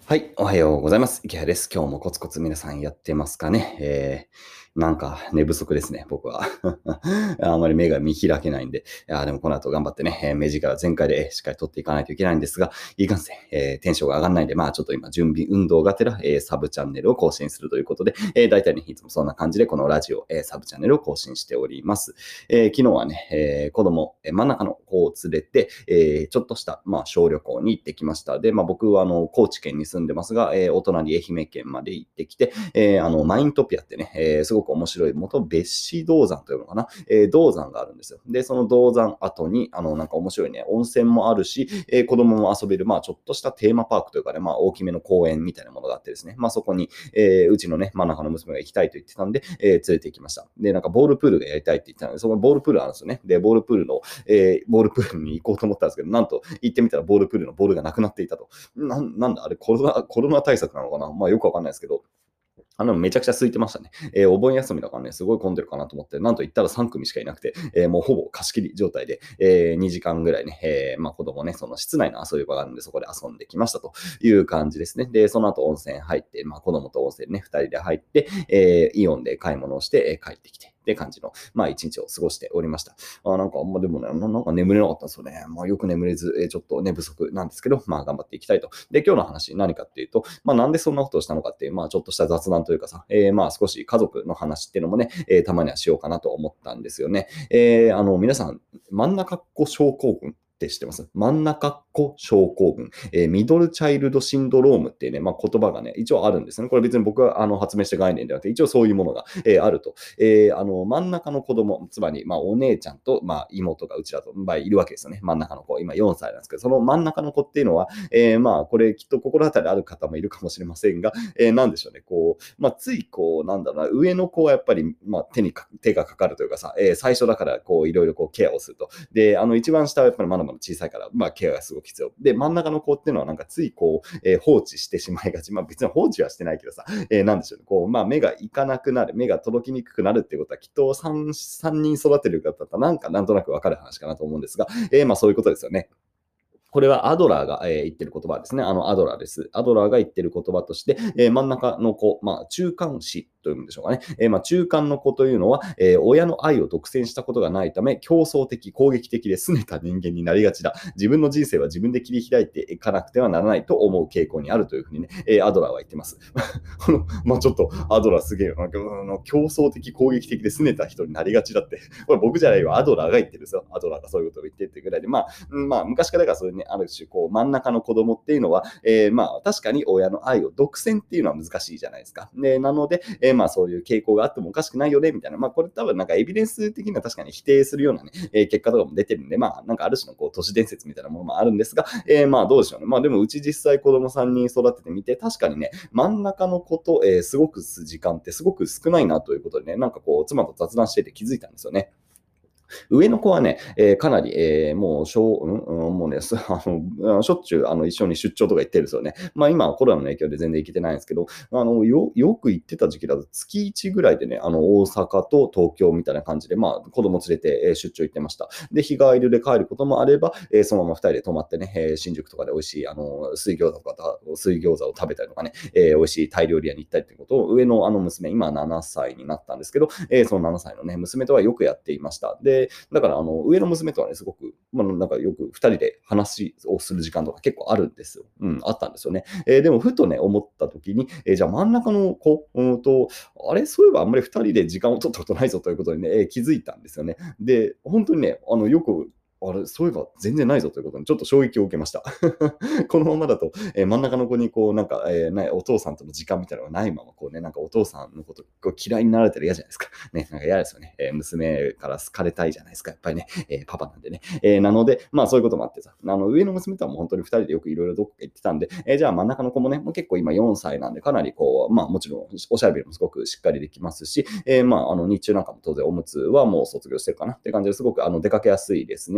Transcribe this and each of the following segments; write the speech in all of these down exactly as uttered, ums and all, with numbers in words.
はい、おはようございます。池谷です。今日もコツコツ皆さんやってますかね。えー、なんか寝不足ですね、僕は。あまり目が見開けないんで。いやーでもこの後頑張ってね、えー目力全開でえーしっかり取っていかないといけないんですが、いかんせん、えーテンションが上がらないんで、まあちょっと今準備運動がてら、えーサブチャンネルを更新するということで、えー大体ね、いつもそんな感じでこのラジオ、えーサブチャンネルを更新しております。えー昨日はね、えー子供、えー真ん中の子を連れて、えーちょっとした、まあ、小旅行に行ってきました。で、まあ、僕は、あの、高知県に住んでますが、えーお隣、愛媛県まで行ってきて、えーあの、マイントピアってね、えーすごく面白い、元別子銅山というのかな、えー銅山があるんですよ。で、その銅山後に、あの、なんか面白いね、温泉もあるし、えー子供も遊べる、まあ、ちょっとしたテーマパークというかね、まあ、大きめの公園みたいなものがあってですね、まあ、そこに、えーうちのね、真ん中の娘が行きたいと言ってたんで、えー連れて行きました。で、なんかボールプールがやりたいって言ってたので、そのボールプールあるんですよね。で、ボールプールの、えーボールプールに行こうと思ったんですけど、なんと行ってみたらボールプールのボールがなくなっていたと。なん、なんだ、あれコロナ、コロナ対策なのかな、まあよくわかんないですけど、あの、めちゃくちゃ空いてましたね。えーお盆休みだからね、すごい混んでるかなと思って、なんと言ったらさん組しかいなくて、えーもうほぼ貸し切り状態で、えーにじかんぐらいね、えーまあ子供ね、その室内の遊び場があるんで、そこで遊んできましたという感じですね。で、その後温泉入って、まあ子供と温泉ね、ふたりで入って、えーイオンで買い物をして、えー帰ってきて、って感じの、まあ一日を過ごしておりました。あなんかあんまでもね、ななんか眠れなかったんですよね。まあよく眠れず、えーちょっと寝不足なんですけど、まあ頑張っていきたいと。で、今日の話何かっていうと、まあなんでそんなことをしたのかっていう、まあちょっとした雑談というかさ、えーまあ少し家族の話っていうのもね、えーたまにはしようかなと思ったんですよね。えーあの、皆さん、真ん中っ子症候群って知ってます？真ん中っ子症候群、えーミドルチャイルドシンドロームっていうね、まあ、言葉がね、一応あるんですね。これ別に僕があの発明した概念ではなくて、一応そういうものが、えーあると。えーあの真ん中の子供、つまり、まあ、お姉ちゃんと、まあ、妹がうちだと、まあ、いるわけですよね。真ん中の子、今よんさいなんですけど、その真ん中の子っていうのは、えーまあ、これきっと心当たりある方もいるかもしれませんが、えーなんでしょうね、こう、まあ、ついこう、なんだろうな、上の子はやっぱり、まあ、手にか手がかかるというかさ、えー最初だから、こう、いろいろこう、ケアをすると。で、あの、一番下はやっぱりまだまだ小さいから、まあ、ケアがすごく必要。で、真ん中の子っていうのは、なんかついこう、えー放置してしまいがち。まあ、別に放置はしてないけどさ、えーなんでしょうね、こう、まあ、目がいかなくなる、目が届きにくくなるっていうことは、きっとさん、さんにん育てる方だったら、なんかなんとなくわかる話かなと思うんですが、えーまあ、そういうことですよね。これはアドラーが、えー言ってる言葉ですね。あの、アドラーです。アドラーが言ってる言葉として、えー真ん中の子、まあ、中間子というんでしょうかね。えーまあ、中間の子というのは、えー親の愛を独占したことがないため、競争的、攻撃的で拗ねた人間になりがちだ。自分の人生は自分で切り開いていかなくてはならないと思う傾向にあるというふうにね、えーアドラーは言ってます。このまあ、ちょっとアドラーすげえよな。うん競争的、攻撃的で拗ねた人になりがちだって。これ僕じゃないわ。アドラーが言ってるんですよ。アドラーがそういうことを言ってってぐらいで、まあ、うんまあ、昔からがそういうね、ある種、こう、真ん中の子供っていうのは、えーまあ、確かに親の愛を独占っていうのは難しいじゃないですか。で、なので、えーまあ、そういう傾向があってもおかしくないよね、みたいな。まあ、これ多分なんかエビデンス的には確かに否定するようなね、えー結果とかも出てるんで、まあ、なんかある種のこう、都市伝説みたいなものもあるんですが、えーまあ、どうでしょうね。まあ、でも、うち実際子供さんにん育ててみて、確かにね、真ん中の子と、えー過ごく時間ってすごく少ないなということでね、なんかこう、妻と雑談してて気づいたんですよね。上の子はね、えーかなり、えーもう、しょう、うんうんもうね、すあの、しょっちゅう、あの、一緒に出張とか行ってるんですよね。まあ、今はコロナの影響で全然行けてないんですけど、あの、よ、よく行ってた時期だと月いちぐらいでね、あの、大阪と東京みたいな感じで、まあ、子供連れて、えー出張行ってました。で、日帰りで帰ることもあれば、えーそのまま二人で泊まってね、えー新宿とかで美味しい、あの、水餃子とか、水餃子を食べたりとかね、えー美味しいタイ料理屋に行ったりっていうことを、上のあの娘、今ななさいになったんですけど、えーそのななさいのね、娘とはよくやっていました。で、だから、あの、上の娘とはね、すごく、まあ、なんかよく二人で話をする時間とか結構あるんですよ。うん、あったんですよね。えーでも、ふとね、思った時に、えーじゃあ真ん中の子、うんと、あれ、そういえばあんまり二人で時間を取ったことないぞということにね、えー気づいたんですよね。で、本当にね、あの、よく、あれ、そういえば全然ないぞということにちょっと衝撃を受けました。このままだと、えー真ん中の子にこう、なんか、えーなお父さんとの時間みたいなのがないまま、こうね、なんかお父さんのことこう嫌いになられたら嫌じゃないですか。ね、なんか嫌ですよね。えー娘から好かれたいじゃないですか。やっぱりね、えーパパなんでね。えーなので、まあそういうこともあってさ、あの上の娘とはもう本当にふたりでよくいろいろどっか行ってたんで、えーじゃあ真ん中の子もね、もう結構今よんさいなんで、かなりこう、まあもちろんおしゃべりもすごくしっかりできますし、えーまああの日中なんかも当然おむつはもう卒業してるかなって感じですごくあの出かけやすいですね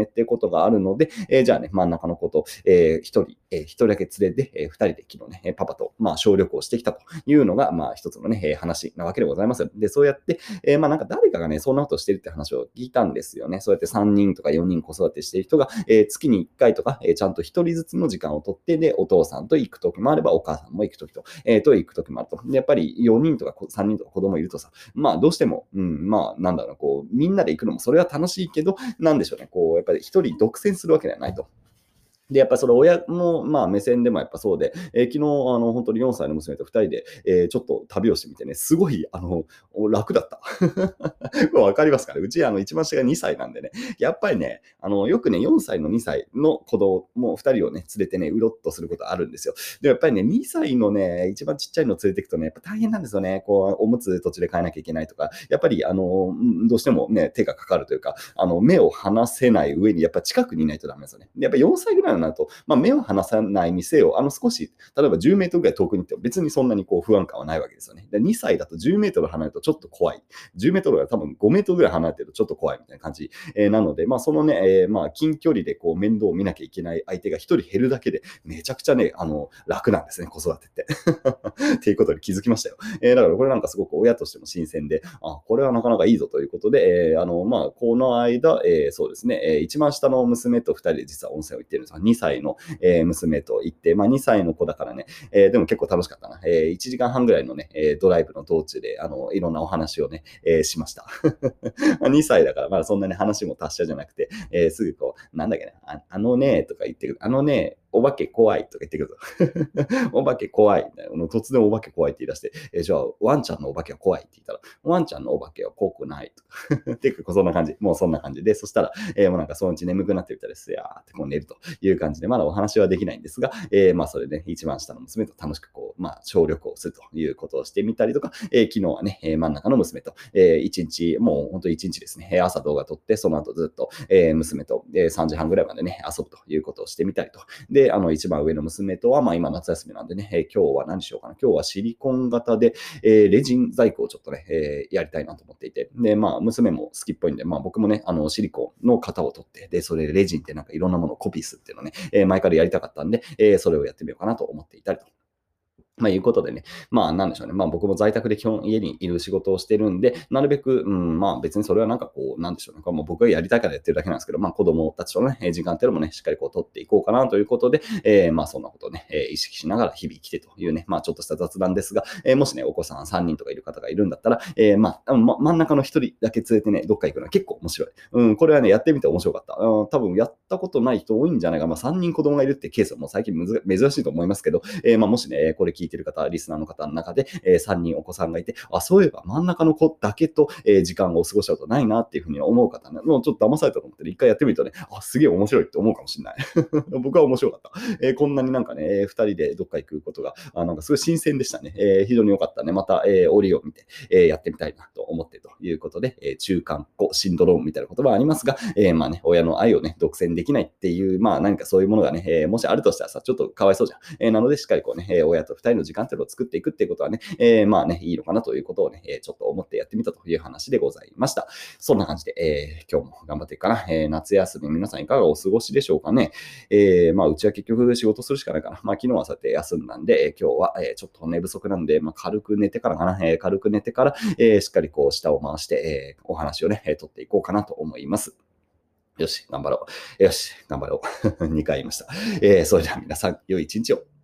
ってことがあるので、えーじゃあね、真ん中の子と、えー、一人、えー、一人だけ連れて、えー、二人で昨日ね、えーパパと、まあ、小旅行してきたというのが、まあ、一つのね、えー話なわけでございます。で、そうやって、えーまあ、なんか誰かがね、そんなことしてるって話を聞いたんですよね。そうやってさんにんとかよにん子育てしてる人が、えー月にいっかいとか、えーちゃんとひとりずつの時間をとって、で、お父さんと行くときもあれば、お母さんも行くときと、えーと行くときもあると。で、やっぱりよにんとかさんにんとか子供いるとさ、まあ、どうしても、うん、まあ、なんだろう、こう、みんなで行くのもそれは楽しいけど、なんでしょうね、こう、やっぱり一人独占するわけではないと。で、やっぱその親の、まあ、目線でもやっぱそうで、えー昨日、あの、本当によんさいの娘とふたりで、えーちょっと旅をしてみてね、すごい、あの、楽だった。これわかりますかね。うち、あの、一番下がにさいなんでね、やっぱりね、あの、よくね、よんさいのにさいの子供もふたりをね、連れてね、うろっとすることあるんですよ。で、やっぱりね、にさいのね、一番ちっちゃいのを連れていくとね、やっぱ大変なんですよね。こう、おむつ途中で変えなきゃいけないとか、やっぱり、あの、うんどうしてもね、手がかかるというか、あの、目を離せない上に、やっぱ近くにいないとダメですよね。でやっぱよんさいぐらいになると、まあ、目を離さないにせよ、あの、少し、例えばじゅうメートルぐらい遠くに行っても別にそんなにこう不安感はないわけですよね。でにさいだとじゅうメートル離れるとちょっと怖い。じゅうメートルが多分ごメートルぐらい離れてるとちょっと怖いみたいな感じ、えーなので、まあ、そのね、えーまあ、近距離でこう面倒を見なきゃいけない相手がひとり減るだけで、めちゃくちゃね、あの、楽なんですね、子育てって。っていうことに気づきましたよ。えーだからこれなんかすごく親としても新鮮で、あ、これはなかなかいいぞということで、えーあの、まあ、この間、えーそうですね、えー一番下の娘とふたりで実は温泉を行ってるんですが、にさいの、えー娘と行って、まあ、にさいの子だからね、えーでも結構楽しかったな。えーいちじかんはんぐらいのね、えードライブの道中で、あの、いろんなお話をね、えーしました。にさいだからまだそんなに話も達者じゃなくて、えーすぐこう、なんだっけな、ああのねとか言ってくる。あのね、お化け怖いとか言ってくると。お化け怖いみたいな。突然お化け怖いって言い出して、えーじゃあ、ワンちゃんのお化けは怖いって言ったら、ワンちゃんのお化けは怖くないとか。っていうか、そんな感じ。もうそんな感じで、そしたら、えーもうなんかそのうち眠くなってみたらですやーってこう寝るという感じで、まだお話はできないんですが、えーまあそれで、ね、一番下の娘と楽しくこう、まあ小旅行するということをしてみたりとか、えー昨日はね、えー真ん中の娘と、えー一日、もう本当一日ですね、えー朝動画撮って、その後ずっと、えー娘と、えーさんじはんぐらいまでね、遊ぶということをしてみたりと。で、あの、一番上の娘とは、まあ今夏休みなんでね、えー今日は何しようかな。今日はシリコン型で、えーレジン細工をちょっとね、えーやりたいなと思っていて。で、まあ娘も好きっぽいんで、まあ僕もね、あの、シリコンの型を取って、で、それでレジンってなんかいろんなものをコピーするっていうのをね、えー前からやりたかったんで、えーそれをやってみようかなと思っていたりと。まあ、いうことでね、まあ、なんでしょうね。まあ、僕も在宅で基本家にいる仕事をしてるんで、なるべく、うん、まあ、別にそれはなんかこう、なんでしょうね。まあ、僕がやりたいからやってるだけなんですけど、まあ、子供たちとのね、時間っていうのもね、しっかりこう、取っていこうかなということで、えー、まあ、そんなことをね、えー意識しながら日々生きてというね、まあ、ちょっとした雑談ですが、えーもしね、お子さんさんにんとかいる方がいるんだったら、えー、まあ、ま真ん中のひとりだけ連れてね、どっか行くのは結構面白い。うん、これはね、やってみて面白かった。うん、多分やったことない人多いんじゃないか。まあ、さんにん子供がいるってケースはもう最近むず珍しいと思いますけど、えー、まあ、もしね、これ聞いてる方、リスナーの方の中で、えー、さんにんお子さんがいて、あ、そういえば真ん中の子だけと、えー時間を過ごしたことないなっていうふうに思う方ね、もうちょっと騙されたと思ってね、一回やってみるとね、あ、すげえ面白いって思うかもしれない。僕は面白かった。えーこんなになんかね、えー二人でどっか行くことが、あなんかすごい新鮮でしたね。えー非常に良かったね。また、えー折を見て、えーやってみたいなと思ってということで、えー中間子シンドロームみたいな言葉はありますが、えーまあね、親の愛をね、独占できないっていう、まあ何かそういうものがね、えーもしあるとしたらさ、ちょっとかわいそうじゃん。えーなので、しっかりこうね、えー親と二人の時間っていうのを作っていくっていうことはね、えーまあね、いいのかなということをね、えーちょっと思ってやってみたという話でございました。そんな感じで、えー今日も頑張っていくかな。えー夏休み、皆さんいかがお過ごしでしょうかね。えーまあ、うちは結局仕事するしかないかな。まあ、昨日はそうやって休んだんで、えー今日は、えーちょっと寝不足なんで、まあ、軽く寝てからかな。えー軽く寝てから、えーしっかりこう、舌を回して、えーお話をね、えー取っていこうかなと思います。よし、頑張ろう。よし、頑張ろう。にかい言いました。えーそれでは皆さん、良い一日を。